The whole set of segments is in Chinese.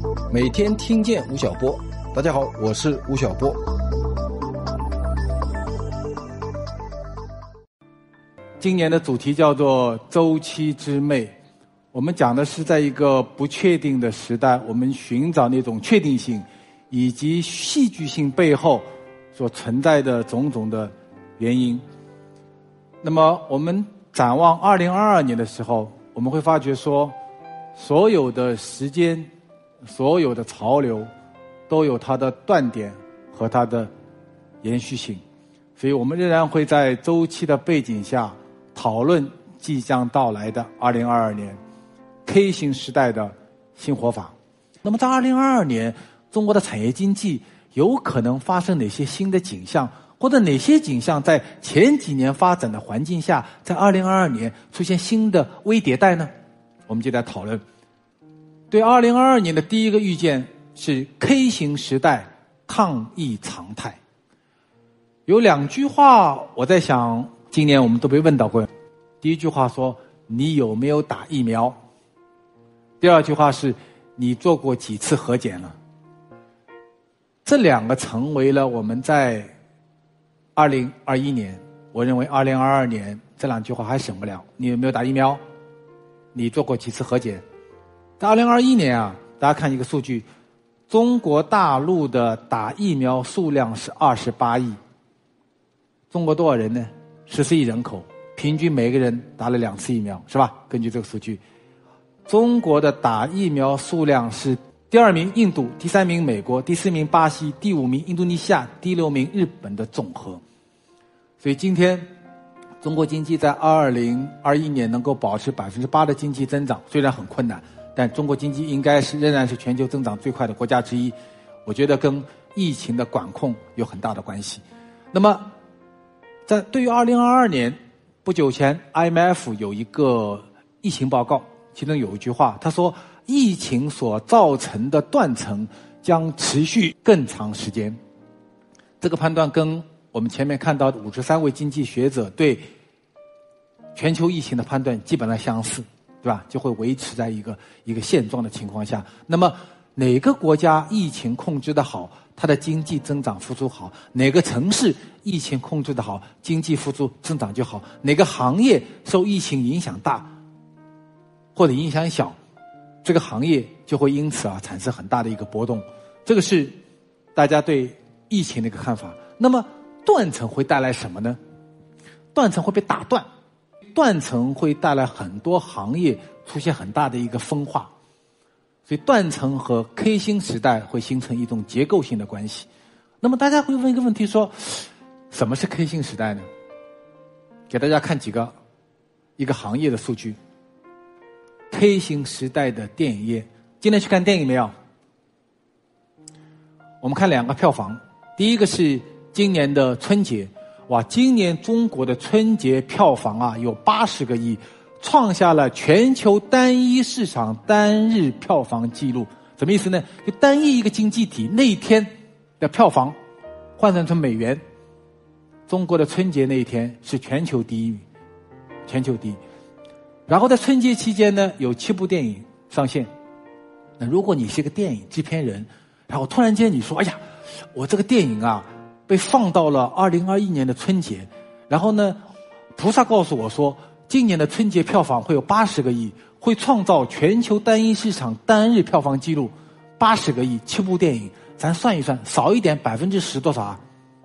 每天听见吴晓波。大家好，我是吴晓波。 今年的主题叫做周期之魅。我们讲的是在一个不确定的时代，我们寻找那种确定性以及戏剧性背后所存在的种种的原因。那么我们展望2022年的时候，我们会发觉说，所有的时间，所有的潮流都有它的断点和它的延续性，所以我们仍然会在周期的背景下讨论即将到来的2022年 K 型时代的新活法。那么在2022年，中国的产业经济有可能发生哪些新的景象，或者哪些景象在前几年发展的环境下，在2022年出现新的微迭代呢？我们就来讨论。对2022年的第一个预见是 K 型时代抗疫常态。有两句话我在想，今年我们都被问到过。第一句话说，你有没有打疫苗？第二句话是，你做过几次核检了？这两个成为了我们在2021年，我认为2022年这两句话还省不了。你有没有打疫苗？你做过几次核检？在2021年啊，大家看一个数据，中国大陆的打疫苗数量是28亿。中国多少人呢？14亿人口，平均每个人打了2次疫苗，是吧？根据这个数据，中国的打疫苗数量是第2名印度，第3名美国，第4名巴西，第5名印度尼西亚，第6名日本的总和。所以今天中国经济在2021年能够保持8%的经济增长，虽然很困难，但中国经济应该仍然是全球增长最快的国家之一。我觉得跟疫情的管控有很大的关系。那么对于2022年，不久前 IMF 有一个疫情报告，其中有一句话，他说疫情所造成的断层将持续更长时间。这个判断跟我们前面看到的53位经济学者对全球疫情的判断基本上相似，对吧？就会维持在一个现状的情况下。那么哪个国家疫情控制得好，它的经济增长复苏好；哪个城市疫情控制得好，经济复苏增长就好；哪个行业受疫情影响大或者影响小，这个行业就会因此产生很大的一个波动。这个是大家对疫情的一个看法。那么断层会带来什么呢？断层会被打断，断层会带来很多行业出现很大的一个分化。所以断层和 K 型时代会形成一种结构性的关系。那么大家会问一个问题说，什么是 K 型时代呢？给大家看一个行业的数据。K 型时代的电影业，今天去看电影没有？我们看2个票房。第一个是今年的春节，哇，今年中国的春节票房有80个亿，创下了全球单一市场单日票房纪录。什么意思呢？就单一一个经济体那一天的票房换算成美元，中国的春节那一天是全球第一。然后在春节期间呢，有7部电影上线。那如果你是个电影制片人，然后突然间你说，哎呀，我这个电影被放到了2021年的春节，然后呢，菩萨告诉我说，今年的春节票房会有80个亿，会创造全球单一市场单日票房纪录。80个亿，7部电影，咱算一算，少一点10%多少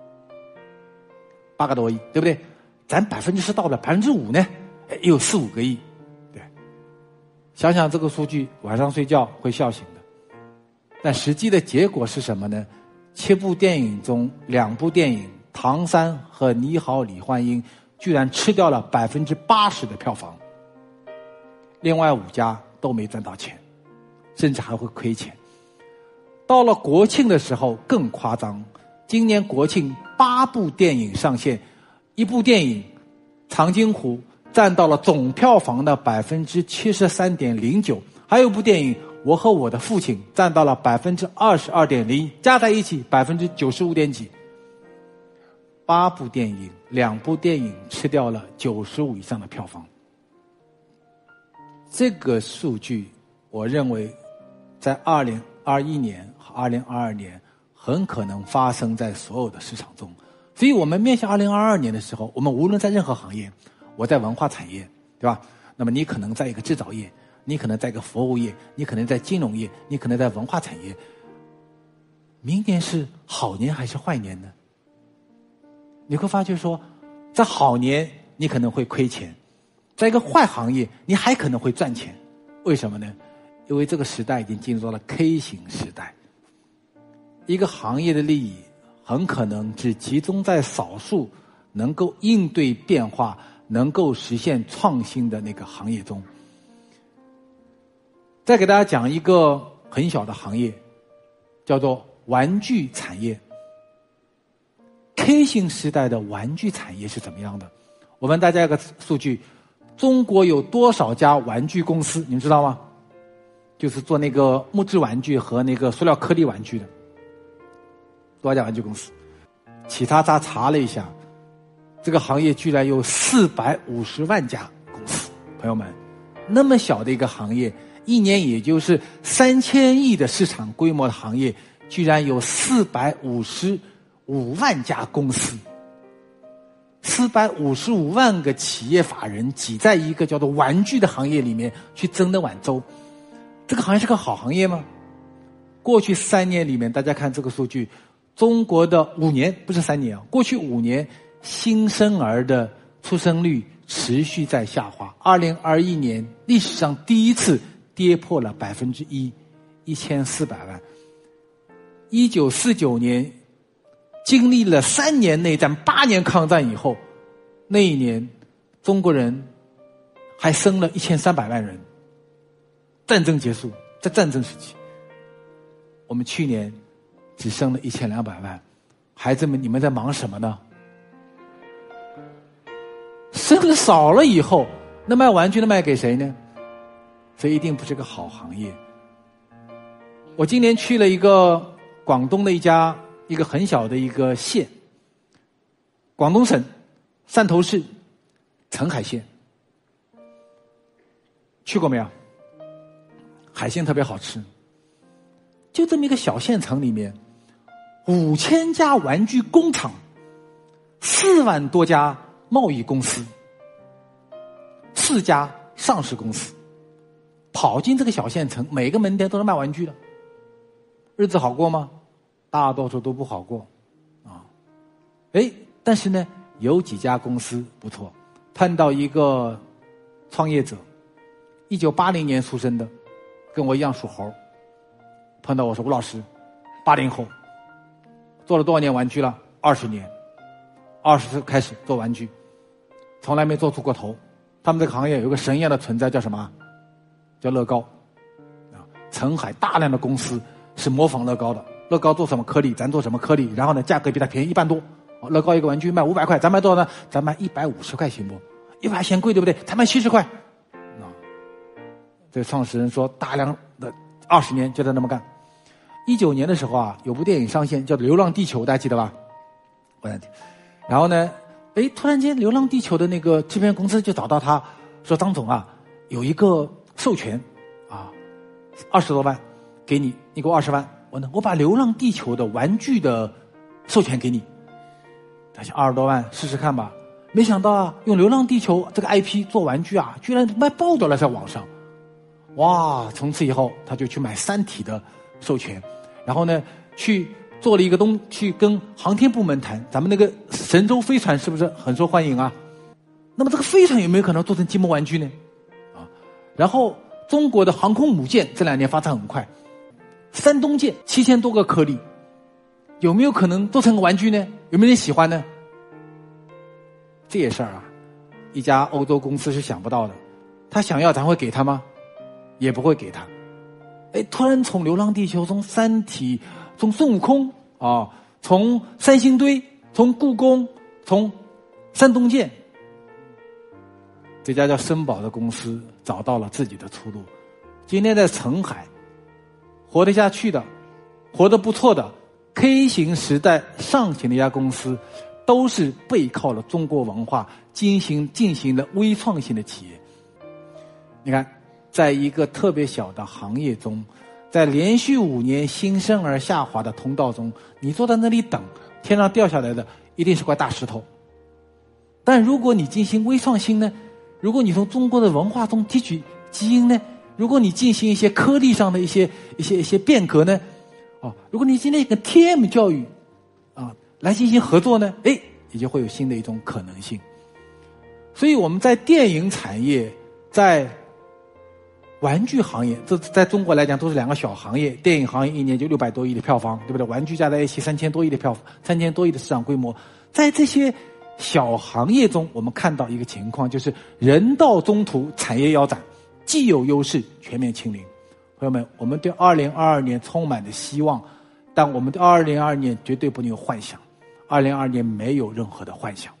？8个多亿，对不对？咱10%到了5%呢，也有4-5个亿。对，想想这个数据，晚上睡觉会笑醒的。但实际的结果是什么呢？7部电影中2部电影《唐山》和《你好，李焕英》居然吃掉了80%的票房，另外5家都没赚到钱，甚至还会亏钱。到了国庆的时候更夸张，今年国庆8部电影上线，1部电影《长津湖》占到了总票房的73.09%，还有一部电影《我和我的父亲》占到了22.01%，加在一起95点几。8部电影，2部电影吃掉了95以上的票房。这个数据，我认为在 2021年和2022年很可能发生在所有的市场中。所以我们面向2022年的时候，我们无论在任何行业，我在文化产业，对吧？那么你可能在一个制造业，你可能在一个服务业，你可能在金融业，你可能在文化产业。明年是好年还是坏年呢？你会发觉说，在好年你可能会亏钱，在一个坏行业你还可能会赚钱。为什么呢？因为这个时代已经进入到了 K 型时代。一个行业的利益很可能只集中在少数能够应对变化、能够实现创新的那个行业中。再给大家讲一个很小的行业，叫做玩具产业。K 型时代的玩具产业是怎么样的？我问大家一个数据，中国有多少家玩具公司？你们知道吗？就是做那个木质玩具和那个塑料颗粒玩具的。多少家玩具公司？企查查查了一下，这个行业居然有450万家公司。朋友们，那么小的一个行业，一年也就是3000亿的市场规模的行业，居然有455万家公司，455万个企业法人挤在一个叫做玩具的行业里面去争那碗粥。这个行业是个好行业吗？过去3年里面，大家看这个数据，中国的5年，不是3年啊，过去5年新生儿的出生率持续在下滑。2021年历史上第一次跌破了1%，1400万。1949年经历了3年内战、8年抗战以后，那一年中国人还生了1300万人。战争结束，在战争时期，我们去年只生了1200万。孩子们，你们在忙什么呢？生的少了以后，那卖玩具的卖给谁呢？这一定不是个好行业。我今年去了一个广东的一个很小的一个县，广东省汕头市澄海县，去过没有？海鲜特别好吃。就这么一个小县城里面，5000家玩具工厂，4万多家贸易公司，4家上市公司跑进这个小县城，每个门店都是卖玩具的。日子好过吗？大多数都不好过啊。但是呢，有几家公司不错。碰到一个创业者，1980年出生的，跟我一样属猴。碰到我说，吴老师，80后，做了多少年玩具了？20年，20岁开始做玩具，从来没做出过头。他们这个行业有个神一样的存在，叫什么？叫乐高。澄海大量的公司是模仿乐高的。乐高做什么颗粒，咱做什么颗粒，然后呢，价格比它便宜1半多。乐高一个玩具卖500块，咱卖多少呢？咱卖150块行不？100嫌贵对不对？咱卖70块。这个创始人说，大量的20年就在那么干。19年的时候啊，有部电影上线，叫《流浪地球》，大家记得吧？然后呢，突然间，《流浪地球》的那个制片公司就找到他，说：“张总啊，有一个授权啊，20多万给你，你给我20万，我把《流浪地球》的玩具的授权给你。”他想20多万试试看吧，没想到啊，用《流浪地球》这个 IP 做玩具啊，居然卖爆掉了，在网上。哇！从此以后，他就去买《三体》的授权，然后呢，去做了一个去跟航天部门谈，咱们那个神舟飞船是不是很受欢迎啊？那么这个飞船有没有可能做成积木玩具呢？然后中国的航空母舰这2年发展很快，山东舰7000多个颗粒，有没有可能做成个玩具呢？有没有人喜欢呢？这些事儿啊，一家欧洲公司是想不到的。他想要，咱会给他吗？也不会给他。突然从《流浪地球》、从《三体》、从孙悟空啊，从三星堆、从故宫、从山东舰，这家叫森宝的公司找到了自己的出路。今天在澄海活得下去的、活得不错的 K 型时代上行的一家公司，都是背靠了中国文化进行了微创新的企业。你看，在一个特别小的行业中， 在连续5年新生儿下滑的通道中，你坐在那里等，天上掉下来的一定是块大石头。但如果你进行微创新呢？如果你从中国的文化中提取基因呢？如果你进行一些颗粒上的一些变革呢？如果你今天一个 TM 教育来进行合作呢？也就会有新的一种可能性。所以我们在电影产业，在玩具行业，这在中国来讲都是2个小行业。电影行业1年就600多亿的票房，对不对？玩具加在一起3000多亿的票房，3000多亿的市场规模。在这些小行业中，我们看到一个情况，就是人到中途产业腰斩，既有优势全面清零。朋友们，我们对2022年充满着希望，但我们对2022年绝对不能有幻想。2022年没有任何的幻想，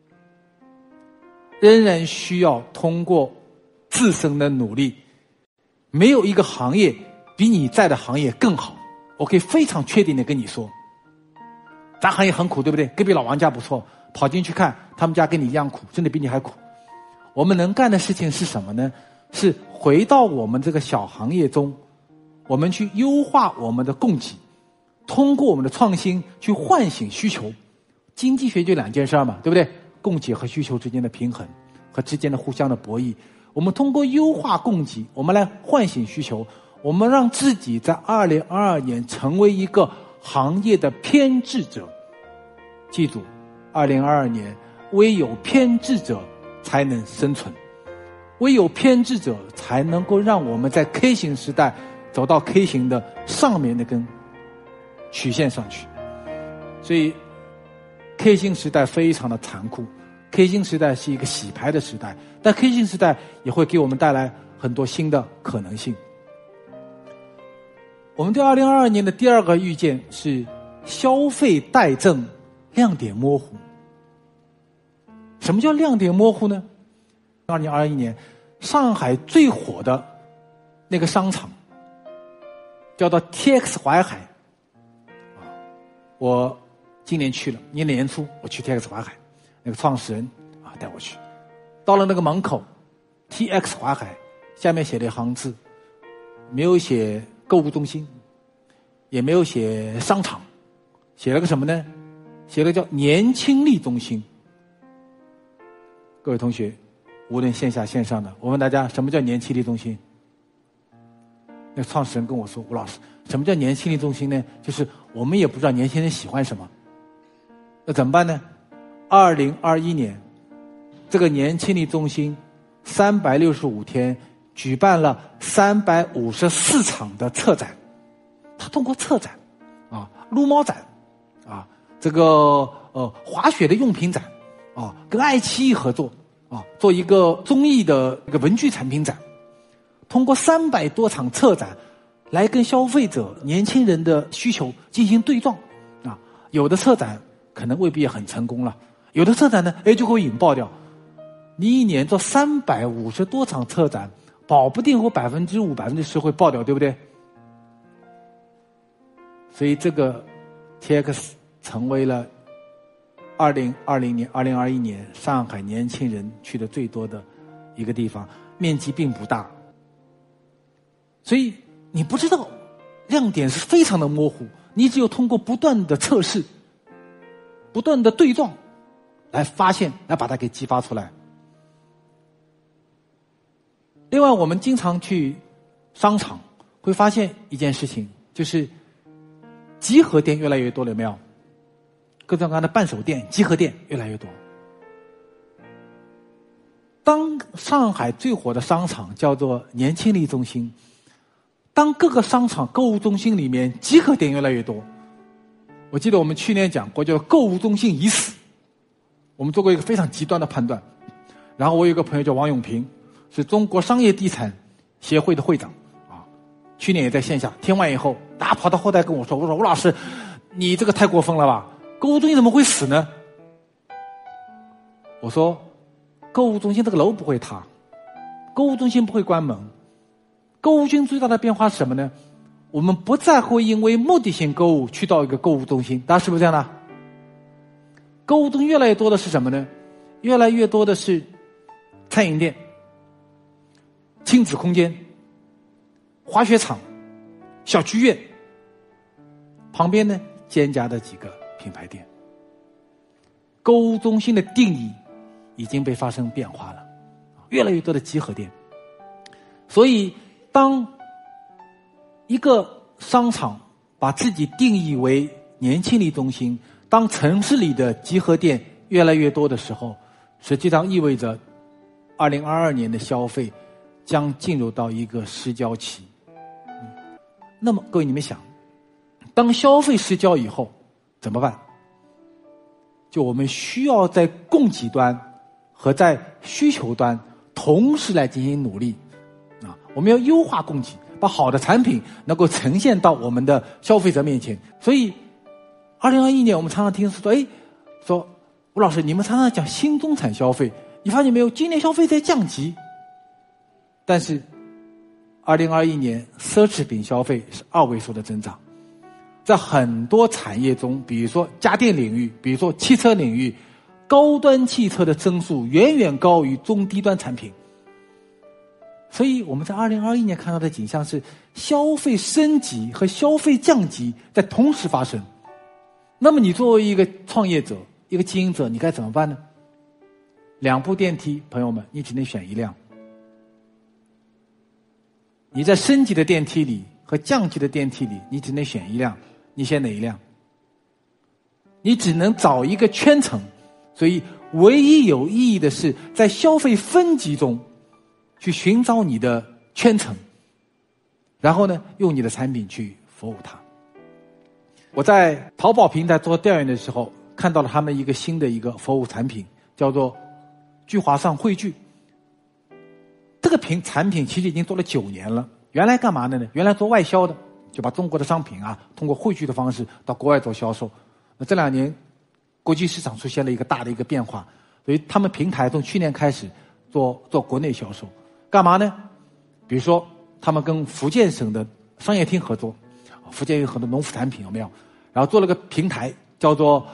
仍然需要通过自身的努力。没有一个行业比你在的行业更好，我可以非常确定的跟你说，咱行业很苦，对不对？隔壁老王家不错，跑进去看，他们家跟你一样苦，甚至比你还苦。我们能干的事情是什么呢？是回到我们这个小行业中，我们去优化我们的供给，通过我们的创新去唤醒需求。经济学就2件事嘛，对不对？供给和需求之间的平衡和之间的互相的博弈。我们通过优化供给，我们来唤醒需求，我们让自己在2022年成为一个行业的偏执者。记住，2022年唯有偏执者才能生存，唯有偏执者才能够让我们在 K 型时代走到 K 型的上面那根曲线上去。所以 K 型时代非常的残酷， K 型时代是一个洗牌的时代，但 K 型时代也会给我们带来很多新的可能性。我们对2022年的第2个预见是消费待政，亮点模糊。什么叫亮点模糊呢？2021年上海最火的那个商场叫做 TX 淮海，我今年去了，年初我去 TX 淮海，那个创始人带我去，到了那个门口 TX 淮海，下面写了一行字，没有写购物中心，也没有写商场，写了个什么呢？写了个叫年轻力中心。各位同学，无论线下线上的，我问大家什么叫年轻力中心？那个创始人跟我说，吴老师，什么叫年轻力中心呢？就是我们也不知道年轻人喜欢什么，那怎么办呢？2021年这个年轻力中心365天举办了354场的策展，他通过策展撸猫展这个滑雪的用品展跟爱奇艺合作做一个综艺的一个文具产品展，通过300多场策展来跟消费者年轻人的需求进行对撞有的策展可能未必也很成功了，有的策展呢就会引爆掉。你一年做350多场策展，保不定会5%、10%会爆掉，对不对？所以这个 TX 成为了2021年上海年轻人去的最多的一个地方，面积并不大，所以你不知道，亮点是非常的模糊，你只有通过不断的测试，不断的对撞来发现，来把它给激发出来。另外我们经常去商场会发现一件事情，就是集合店越来越多了，有没有？各种各样的伴手店、集合店越来越多。当上海最火的商场叫做年轻力中心，当各个商场购物中心里面集合店越来越多，我记得我们去年讲过叫购物中心已死，我们做过一个非常极端的判断。然后我有一个朋友叫王永平，是中国商业地产协会的会长去年也在线下，听完以后大家跑到后台跟我说，吴老师你这个太过分了吧，购物中心怎么会死呢？我说购物中心这个楼不会塌，购物中心不会关门，购物中心最大的变化是什么呢？我们不再会因为目的性购物去到一个购物中心，大家是不是这样的？购物中心越来越多的是什么呢？越来越多的是餐饮店、亲子空间、滑雪场、 小剧院，旁边呢兼夹的几个品牌店。购物中心的定义已经被发生变化了，越来越多的集合店。所以当一个商场把自己定义为年轻力中心，当城市里的集合店越来越多的时候，实际上意味着2022年的消费将进入到一个失焦期。那么各位你们想，当消费失焦以后怎么办？就我们需要在供给端和在需求端同时来进行努力啊！我们要优化供给，把好的产品能够呈现到我们的消费者面前。所以2021年我们常常听说吴老师，你们常常讲新中产消费，你发现没有，今年消费在降级，但是2021年奢侈品消费是2位数的增长。在很多产业中，比如说家电领域，比如说汽车领域，高端汽车的增速远远高于中低端产品。所以我们在2021年看到的景象是消费升级和消费降级在同时发生。那么你作为一个创业者，一个经营者，你该怎么办呢？2部电梯，朋友们，你只能选一辆。你在升级的电梯里和降级的电梯里，你只能选一辆，你选哪一辆？你只能找一个圈层。所以唯一有意义的是在消费分级中去寻找你的圈层，然后呢用你的产品去服务它。我在淘宝平台做调研的时候，看到了他们一个新的一个服务产品，叫做聚划算汇聚。这个产品其实已经做了9年了。原来干嘛的呢？原来做外销的，就把中国的商品通过汇聚的方式到国外做销售。那这2年国际市场出现了一个大的一个变化，所以他们平台从去年开始做国内销售。干嘛呢？比如说他们跟福建省的商业厅合作，福建有很多农副产品，有没有？然后做了个平台叫做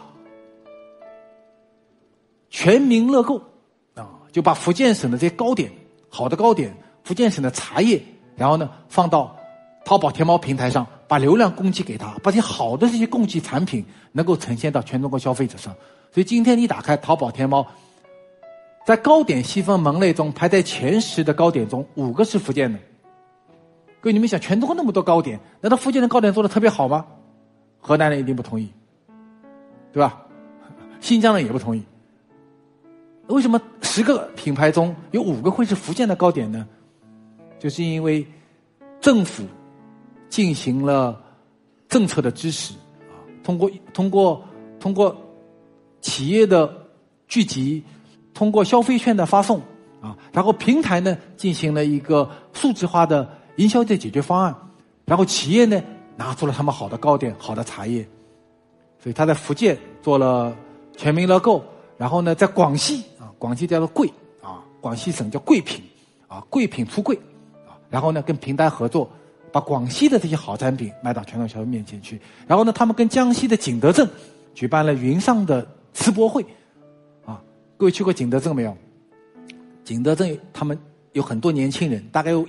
全民乐购就把福建省的这些糕点，好的糕点，福建省的茶叶，然后呢放到淘宝天猫平台上，把流量供给给他，把这些好的这些供给产品能够呈现到全中国消费者上。所以今天你打开淘宝天猫，在糕点细分门类中排在前10的糕点中5个是福建的。各位你们想，全中国那么多糕点，难道福建的糕点做得特别好吗？河南人一定不同意，对吧？新疆人也不同意。为什么10个品牌中有5个会是福建的糕点呢？就是因为政府进行了政策的支持，通过企业的聚集，通过消费券的发送然后平台呢进行了一个数字化的营销的解决方案，然后企业呢拿出了他们好的糕点、好的茶叶。所以他在福建做了全民乐购，然后呢在广西广西叫做桂广西省叫桂品桂品出柜然后呢跟平台合作，把广西的这些好产品卖到全国消费面前去。然后呢他们跟江西的景德镇举办了云上的吃播会各位去过景德镇没有？景德镇他们有很多年轻人，大概有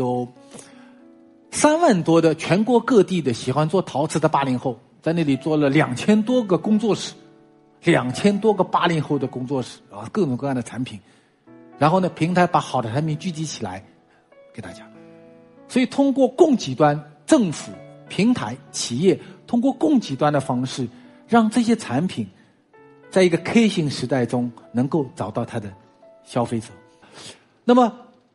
3万多的全国各地的喜欢做陶瓷的80后，在那里做了2000多个工作室，2000多个80后的工作室各种各样的产品。然后呢平台把好的产品聚集起来给大家。所以通过供给端，政府、平台、企业通过供给端的方式，让这些产品在一个 K 型时代中能够找到它的消费者。那么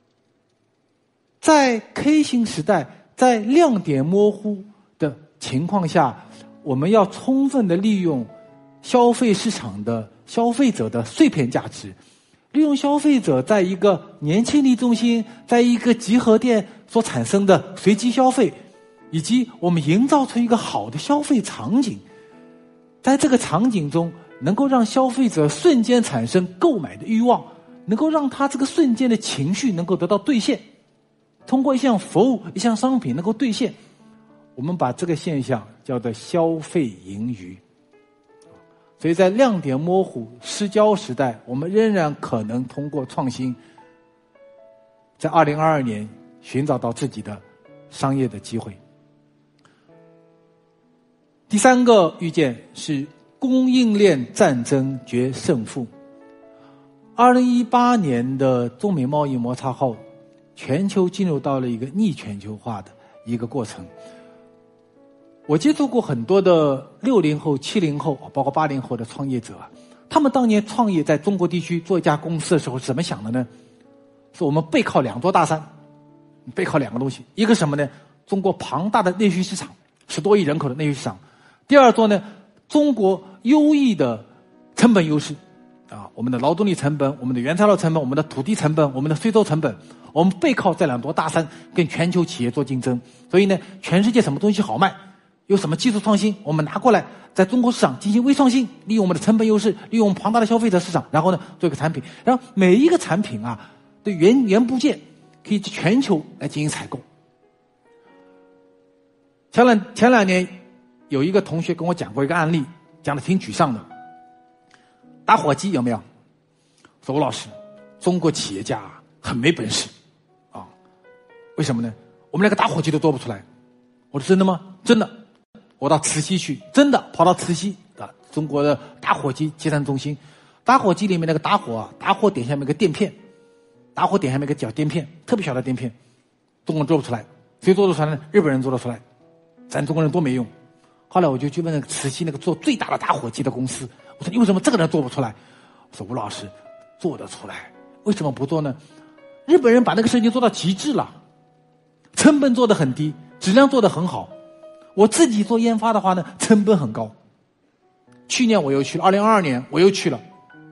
在 K 型时代，在亮点模糊的情况下，我们要充分的利用消费市场的消费者的碎片价值，利用消费者在一个年轻力中心，在一个集合店所产生的随机消费，以及我们营造出一个好的消费场景，在这个场景中能够让消费者瞬间产生购买的欲望，能够让他这个瞬间的情绪能够得到兑现，通过一项服务、一项商品能够兑现。我们把这个现象叫做消费盈余。所以在亮点模糊、失焦时代，我们仍然可能通过创新，在2022年寻找到自己的商业的机会。 第三个预见是供应链战争决胜负。2018年的中美贸易摩擦后，全球进入到了一个逆全球化的一个过程。我接触过很多的60后、70后，包括80后的创业者，他们当年创业在中国地区做一家公司的时候是怎么想的呢？是我们背靠两座大山，背靠两个东西，一个什么呢？中国庞大的内需市场，10多亿人口的内需市场。第二座呢，中国优异的成本优势我们的劳动力成本，我们的原材料成本，我们的土地成本，我们的税收成本，我们背靠这两座大山跟全球企业做竞争。所以呢，全世界什么东西好卖，有什么技术创新，我们拿过来在中国市场进行微创新，利用我们的成本优势，利用我们庞大的消费者市场，然后呢做一个产品，然后每一个产品的原部件可以全球来进行采购。前两年有一个同学跟我讲过一个案例，讲的挺沮丧的。打火机有没有？说吴老师，中国企业家很没本事为什么呢？我们连个打火机都做不出来。我说真的吗？真的。我到慈溪去，真的跑到慈溪中国的打火机集散中心，打火机里面那个打火点下面有个垫片，打火点下面有个小垫片，特别小的垫片，中国人做不出来。谁做得出来呢？日本人做得出来，咱中国人多没用。后来我就去问那个慈溪那个做最大的打火机的公司，我说你为什么这个人做不出来？我说吴老师做得出来，为什么不做呢？日本人把那个事情做到极致了，成本做得很低，质量做得很好。我自己做研发的话呢，成本很高。去年我又去了，2022年我又去了，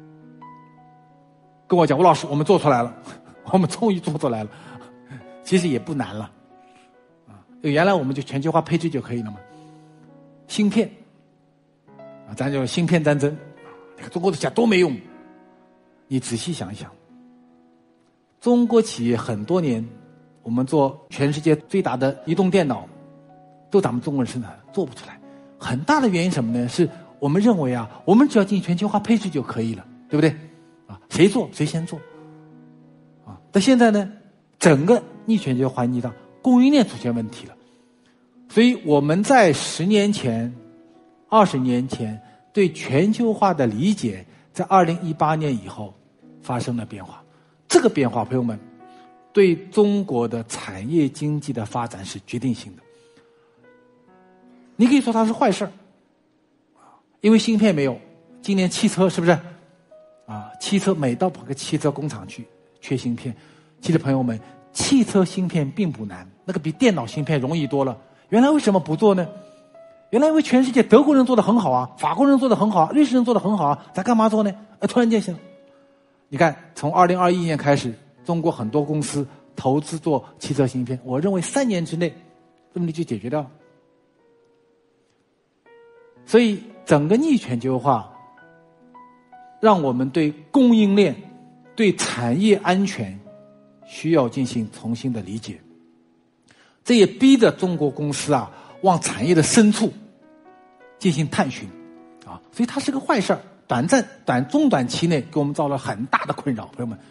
跟我讲吴老师我们做出来了，我们终于做出来了。其实也不难了原来我们就全球化配置就可以了嘛。芯片咱就芯片战争，中国的讲多没用。你仔细想一想，中国企业很多年我们做全世界最大的移动电脑都咱们中国人生产，做不出来。很大的原因什么呢？是我们认为我们只要进全球化配置就可以了，对不对谁做谁先做但现在呢，整个逆全球化逆到供应链出现问题了。所以我们在10年前、20年前对全球化的理解，在2018年以后发生了变化。这个变化，朋友们，对中国的产业经济的发展是决定性的。你可以说它是坏事因为芯片没有。今年汽车是不是汽车每到跑个汽车工厂去缺芯片。其实朋友们，汽车芯片并不难，那个比电脑芯片容易多了。原来为什么不做呢？原来因为全世界德国人做得很好法国人做得很好瑞士人做得很好咱干嘛做呢？突然间行。你看从2021年开始，中国很多公司投资做汽车芯片，我认为3年之内问题就解决掉。所以整个逆全球化让我们对供应链、对产业安全需要进行重新的理解。这也逼着中国公司往产业的深处进行探寻所以它是个坏事中短期内给我们造了很大的困扰。朋友们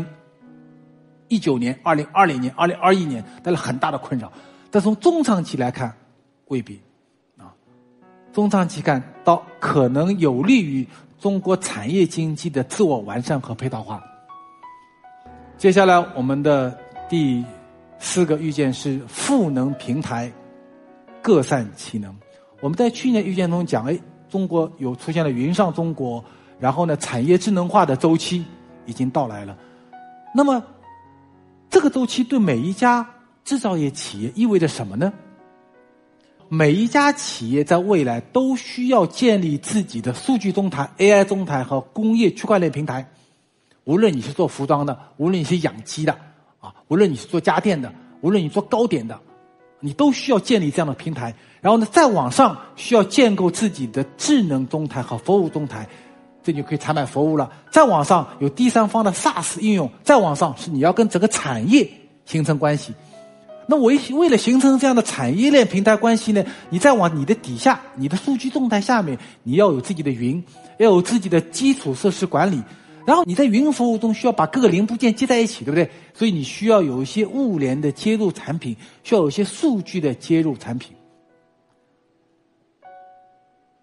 ，2019年、2020年、2021年带来很大的困扰，但从中长期来看未必中长期看到可能有利于中国产业经济的自我完善和配套化。接下来我们的第4个预见是赋能平台各善其能。我们在去年预见中讲中国有出现了云上中国，然后呢产业智能化的周期已经到来了。那么这个周期对每一家制造业企业意味着什么呢？每一家企业在未来都需要建立自己的数据中台、AI 中台和工业区块链平台。无论你是做服装的，无论你是养鸡的无论你是做家电的，无论你做糕点的，你都需要建立这样的平台。然后呢，再往上需要建构自己的智能中台和服务中台，这就可以采买服务了。再往上有第三方的 SaaS 应用，再往上是你要跟整个产业形成关系。那为了形成这样的产业链平台关系呢，你再往你的底下，你的数据动态下面，你要有自己的云，要有自己的基础设施管理，然后你在云服务中需要把各个零部件接在一起，对不对？所以你需要有一些物联的接入产品，需要有一些数据的接入产品。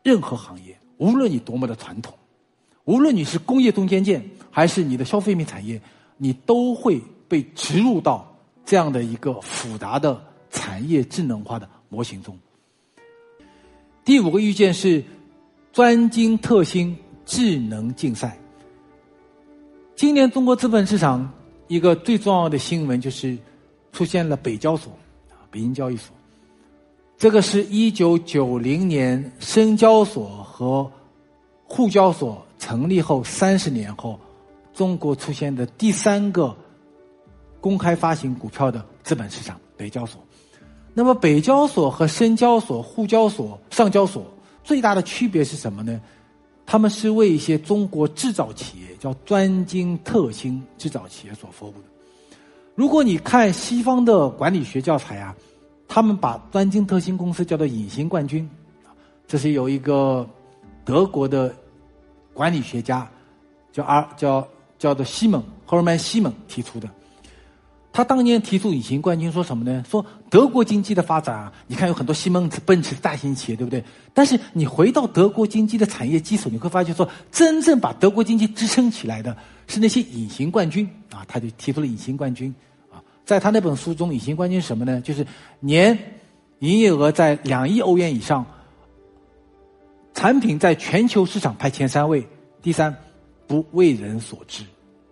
任何行业，无论你多么的传统，无论你是工业中间件还是你的消费品产业，你都会被植入到这样的一个复杂的产业智能化的模型中。第5个预见是专精特新智能竞赛。今年中国资本市场一个最重要的新闻就是出现了北交所，北京交易所。这个是1990年深交所和沪交所成立后30年后，中国出现的第3个公开发行股票的资本市场，北交所。那么北交所和深交所、沪交所、上交所最大的区别是什么呢？他们是为一些中国制造企业，叫专精特新制造企业所服务的。如果你看西方的管理学教材啊，他们把专精特新公司叫做隐形冠军，这是有一个德国的管理学家叫做赫尔曼西蒙提出的。他当年提出隐形冠军说什么呢？说德国经济的发展啊，你看有很多西门子、奔驰大型企业，对不对？但是你回到德国经济的产业基础，你会发现说，真正把德国经济支撑起来的是那些隐形冠军啊。他就提出了隐形冠军啊。在他那本书中，隐形冠军是什么呢？就是年营业额在2亿欧元以上，产品在全球市场排前3位，第3不为人所知。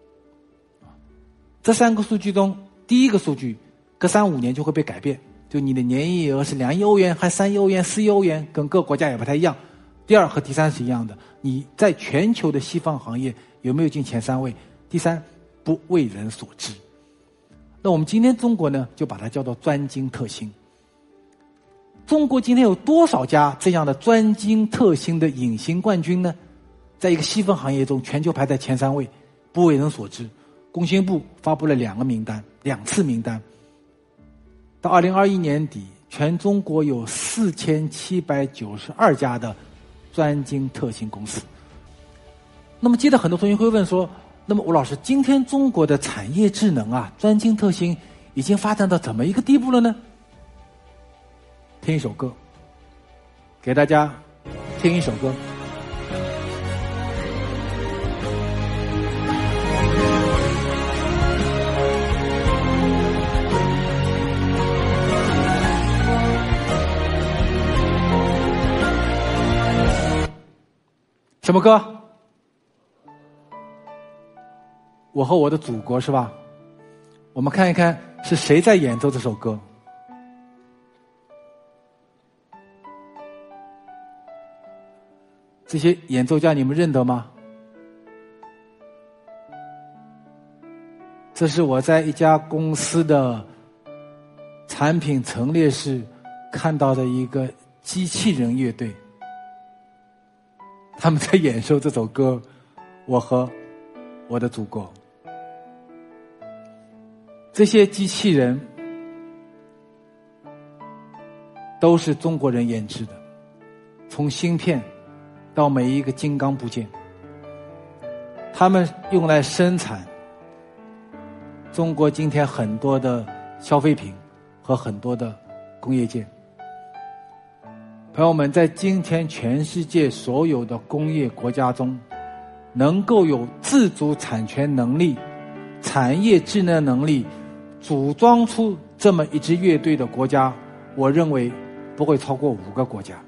这3个数据中，第一个数据隔3-5年就会被改变，就你的年营业额是2亿欧元还3亿欧元4亿欧元，跟各国家也不太一样。第2和第3是一样的，你在全球的西方行业有没有进前3位？第3不为人所知。那我们今天中国呢，就把它叫做专精特新。中国今天有多少家这样的专精特新的隐形冠军呢？在一个细分行业中，全球排在前3位，不为人所知。工信部发布了2次名单，到2021年底，全中国有4792家的专精特新公司。那么接着很多同学会问说，那么吴老师，今天中国的产业智能啊，专精特新已经发展到怎么一个地步了呢？听一首歌，给大家听一首歌。什么歌？我和我的祖国，是吧？我们看一看是谁在演奏这首歌。这些演奏家你们认得吗？这是我在一家公司的产品陈列室看到的一个机器人乐队，他们在演奏这首歌《我和我的祖国》。这些机器人都是中国人研制的，从芯片到每一个金刚部件，他们用来生产中国今天很多的消费品和很多的工业件。朋友们，在今天全世界所有的工业国家中，能够有自主产权能力、产业智能能力，组装出这么一支乐队的国家，我认为不会超过5个国家。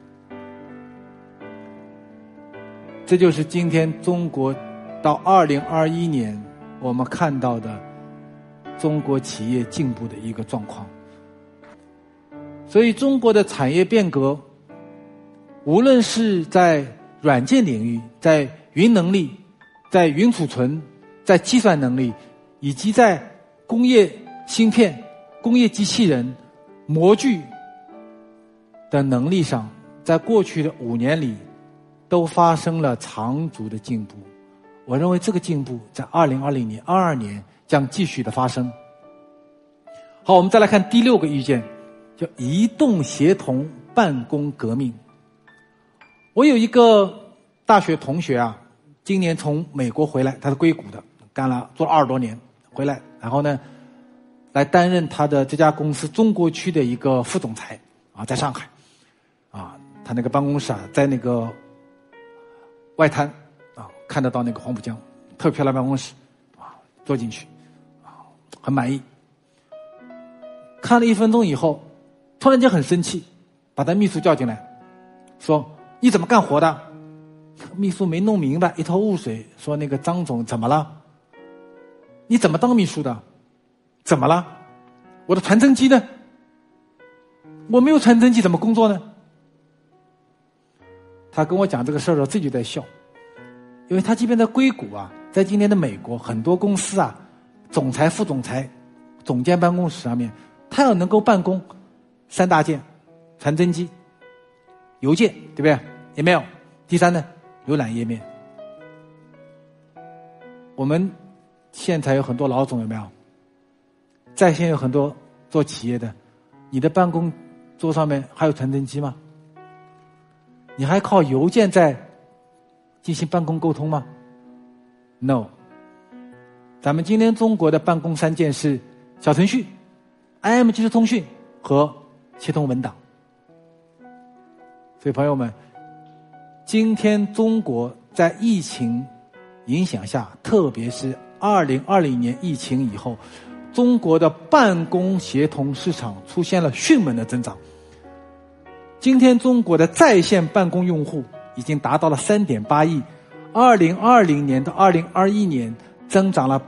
这就是今天中国到2021年我们看到的中国企业进步的一个状况。所以中国的产业变革，无论是在软件领域，在云能力，在云储存，在计算能力，以及在工业芯片、工业机器人、模具的能力上，在过去的5年里都发生了长足的进步。我认为这个进步在2020年、22年将继续的发生。好，我们再来看第6个预见，叫移动协同办公革命。我有一个大学同学啊，今年从美国回来，他是硅谷的，做了20多年回来，然后呢来担任他的这家公司中国区的一个副总裁啊，在上海啊，他那个办公室啊，在那个外滩啊，看得到那个黄浦江，特漂亮办公室啊，坐进去啊，很满意。看了1分钟以后，突然间很生气，把他秘书叫进来，说：“你怎么干活的？”秘书没弄明白，一头雾水，说：“那个张总怎么了？你怎么当秘书的？怎么了？我的传真机呢？我没有传真机怎么工作呢？”他跟我讲这个事儿的时候，自己在笑，因为他即便在硅谷啊，在今天的美国，很多公司啊，总裁、副总裁、总监办公室上面，他要能够办公3大件：传真机、邮件，对不对 ？email。第3呢，浏览页面。我们现在有很多老总，有没有？在线有很多做企业的，你的办公桌上面还有传真机吗？你还靠邮件在进行办公沟通吗 ？No。咱们今天中国的办公3件是小程序、IM 即时通讯和协同文档。所以朋友们，今天中国在疫情影响下，特别是2020年疫情以后，中国的办公协同市场出现了迅猛的增长。今天中国的在线办公用户已经达到了 3.8 亿，2020年到2021年增长了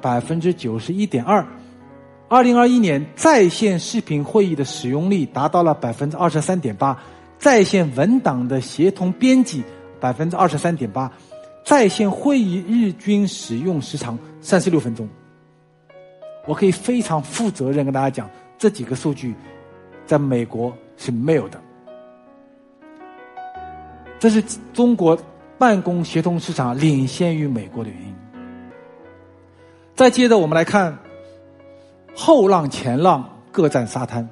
91.2%。2021年在线视频会议的使用率达到了 23.8%， 在线文档的协同编辑 23.8%， 在线会议日均使用时长36分钟。我可以非常负责任跟大家讲，这几个数据在美国是没有的。这是中国办公协同市场领先于美国的原因。再接着我们来看后浪前浪各占沙滩。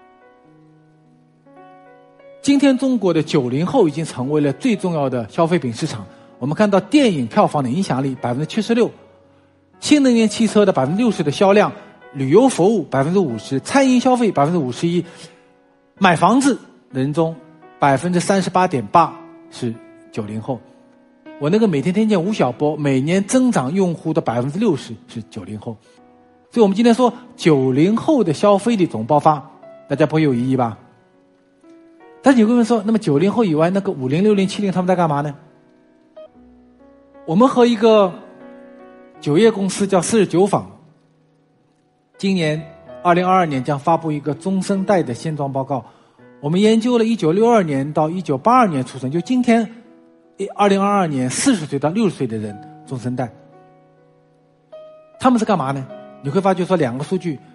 今天中国的90后已经成为了最重要的消费品市场。我们看到电影票房的影响力 76%， 新能源汽车的 60% 的销量，旅游服务 50%， 餐饮消费 51%， 买房子的人中 38.8% 是90后。我那个每天听见吴晓波每年增长用户的 60% 是90后。所以我们今天说90后的消费力总爆发，大家不会有异议吧？但是有个人说，那么90后以外，那个50、60、70他们在干嘛呢？我们和一个酒业公司叫49坊，今年2022年将发布一个中生代的现状报告。我们研究了1962年到1982年出生，就今天2022年40岁到60岁的人，中生代。他们是干嘛呢？你会发觉说2个数据，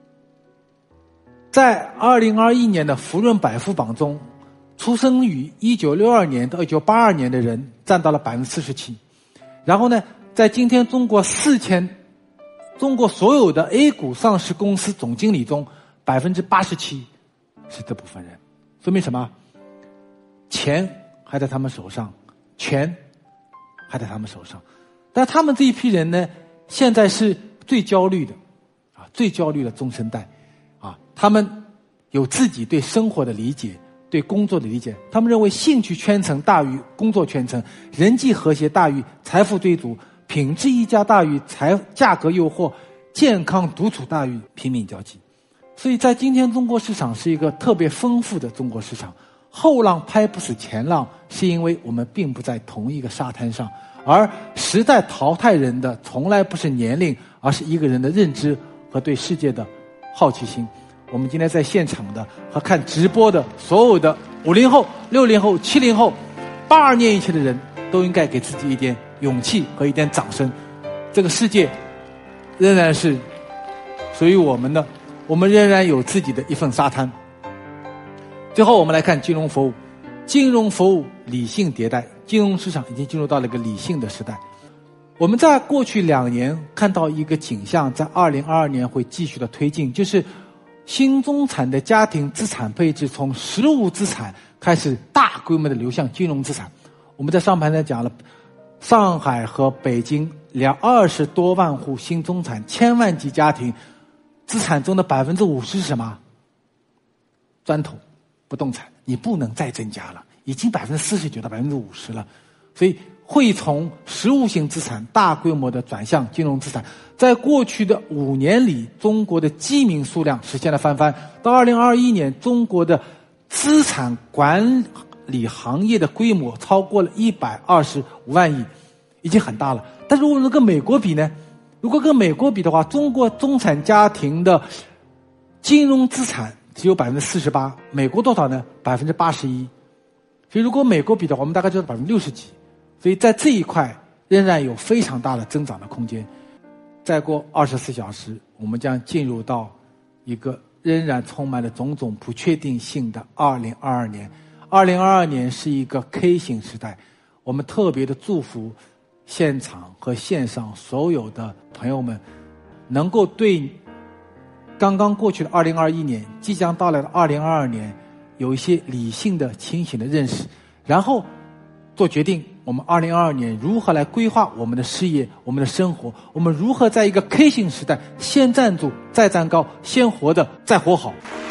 在2021年的福润百富榜中，出生于1962年到1982年的人占到了 47%。然后呢，在今天中国所有的 A 股上市公司总经理中 87% 是这部分人。说明什么？钱还在他们手上，权还在他们手上。但他们这一批人呢，现在是最焦虑的最焦虑的中生代他们有自己对生活的理解，对工作的理解，他们认为兴趣圈层大于工作圈层，人际和谐大于财富追逐，品质溢价大于价格诱惑，健康独处大于拼命交际。所以在今天中国市场是一个特别丰富的中国市场。后浪拍不死前浪，是因为我们并不在同一个沙滩上，而时代淘汰人的从来不是年龄，而是一个人的认知和对世界的好奇心。我们今天在现场的和看直播的所有的50后、60后、70后、82年以前的人，都应该给自己一点勇气和一点掌声。这个世界仍然是属于我们的，我们仍然有自己的一份沙滩。最后我们来看金融服务。金融服务理性迭代，金融市场已经进入到了一个理性的时代。我们在过去2年看到一个景象，在2022年会继续的推进，就是新中产的家庭资产配置从实物资产开始大规模的流向金融资产。我们在上盘呢讲了，上海和北京20多万户新中产千万级家庭资产中的 50% 是什么？砖头不动产，你不能再增加了， 已经49%到50%了，所以会从实物性资产大规模的转向金融资产。在过去的5年里，中国的基民数量实现了翻番，到2021年，中国的资产管理行业的规模超过了125万亿，已经很大了。但是如果跟美国比呢？如果跟美国比的话，中国中产家庭的金融资产只有48%，美国多少呢？81%。所以如果美国比的话，我们大概就是60几。所以在这一块仍然有非常大的增长的空间。再过24小时，我们将进入到一个仍然充满了种种不确定性的2022年。2022年是一个 K 型时代，我们特别的祝福现场和线上所有的朋友们，能够对刚刚过去的2021年，即将到来的2022年，有一些理性的、清醒的认识，然后做决定。我们2022年如何来规划我们的事业、我们的生活？我们如何在一个 K 型时代先站住、再站高、先活的再活好？